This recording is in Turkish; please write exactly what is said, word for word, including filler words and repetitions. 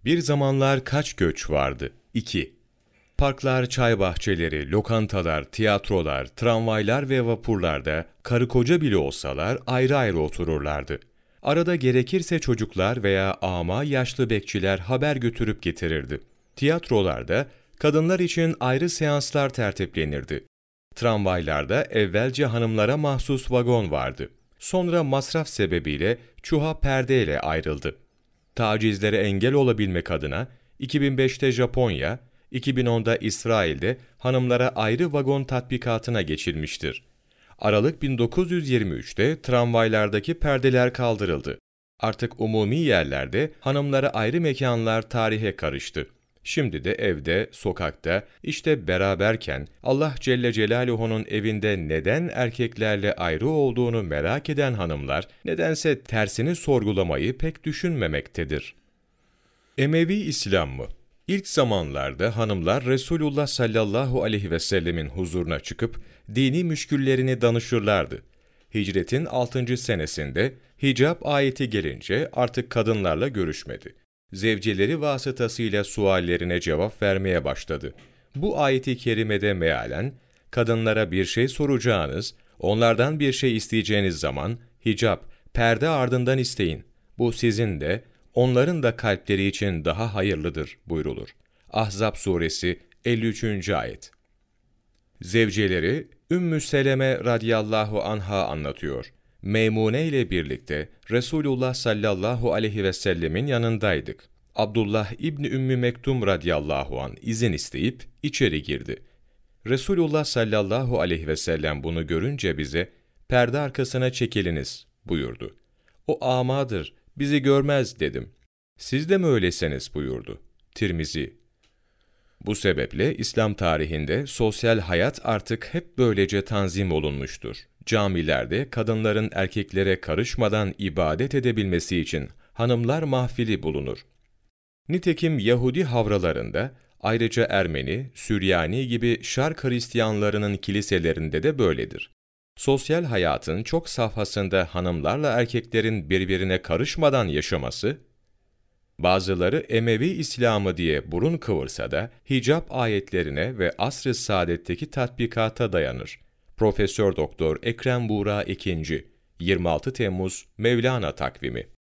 Bir zamanlar kaç göç vardı? iki. Parklar, çay bahçeleri, lokantalar, tiyatrolar, tramvaylar ve vapurlarda karı koca bile olsalar ayrı ayrı otururlardı. Arada gerekirse çocuklar veya ama yaşlı bekçiler haber götürüp getirirdi. Tiyatrolarda kadınlar için ayrı seanslar tertiplenirdi. Tramvaylarda evvelce hanımlara mahsus vagon vardı. Sonra masraf sebebiyle çuha perdeyle ayrıldı. Tacizlere engel olabilmek adına iki bin beşte Japonya, iki bin onda İsrail'de hanımlara ayrı vagon tatbikatına geçilmiştir. Aralık bin dokuz yüz yirmi üçte tramvaylardaki perdeler kaldırıldı. Artık umumi yerlerde hanımlara ayrı mekanlar tarihe karıştı. Şimdi de evde, sokakta, işte beraberken Allah Celle Celaluhu'nun evinde neden erkeklerle ayrı olduğunu merak eden hanımlar, nedense tersini sorgulamayı pek düşünmemektedir. Emevi İslam mı? İlk zamanlarda hanımlar Resulullah sallallahu aleyhi ve sellemin huzuruna çıkıp dini müşküllerini danışırlardı. Hicretin altıncı senesinde hicap ayeti gelince artık kadınlarla görüşmedi. Zevceleri vasıtasıyla suallerine cevap vermeye başladı. Bu ayeti kerimede mealen, kadınlara bir şey soracağınız, onlardan bir şey isteyeceğiniz zaman hicap, perde ardından isteyin. Bu sizin de, onların da kalpleri için daha hayırlıdır buyrulur. Ahzab suresi elli üçüncü ayet. Zevceleri Ümmü Seleme radıyallahu anha anlatıyor. Meymune ile birlikte Resulullah sallallahu aleyhi ve sellemin yanındaydık. Abdullah İbni Ümmü Mektum radıyallahu an izin isteyip içeri girdi. Resulullah sallallahu aleyhi ve sellem bunu görünce bize perde arkasına çekiliniz buyurdu. O amadır, bizi görmez dedim. Siz de mi öylesiniz buyurdu. Tirmizi. Bu sebeple İslam tarihinde sosyal hayat artık hep böylece tanzim olunmuştur. Camilerde kadınların erkeklere karışmadan ibadet edebilmesi için hanımlar mahfili bulunur. Nitekim Yahudi havralarında, ayrıca Ermeni, Süryani gibi Şark Hristiyanlarının kiliselerinde de böyledir. Sosyal hayatın çok safhasında hanımlarla erkeklerin birbirine karışmadan yaşaması, bazıları Emevi İslamı diye burun kıvırsa da hicap ayetlerine ve asr-ı saadetteki tatbikata dayanır. Profesör Doktor Ekrem Buğra ikinci. yirmi altı Temmuz Mevlana takvimi.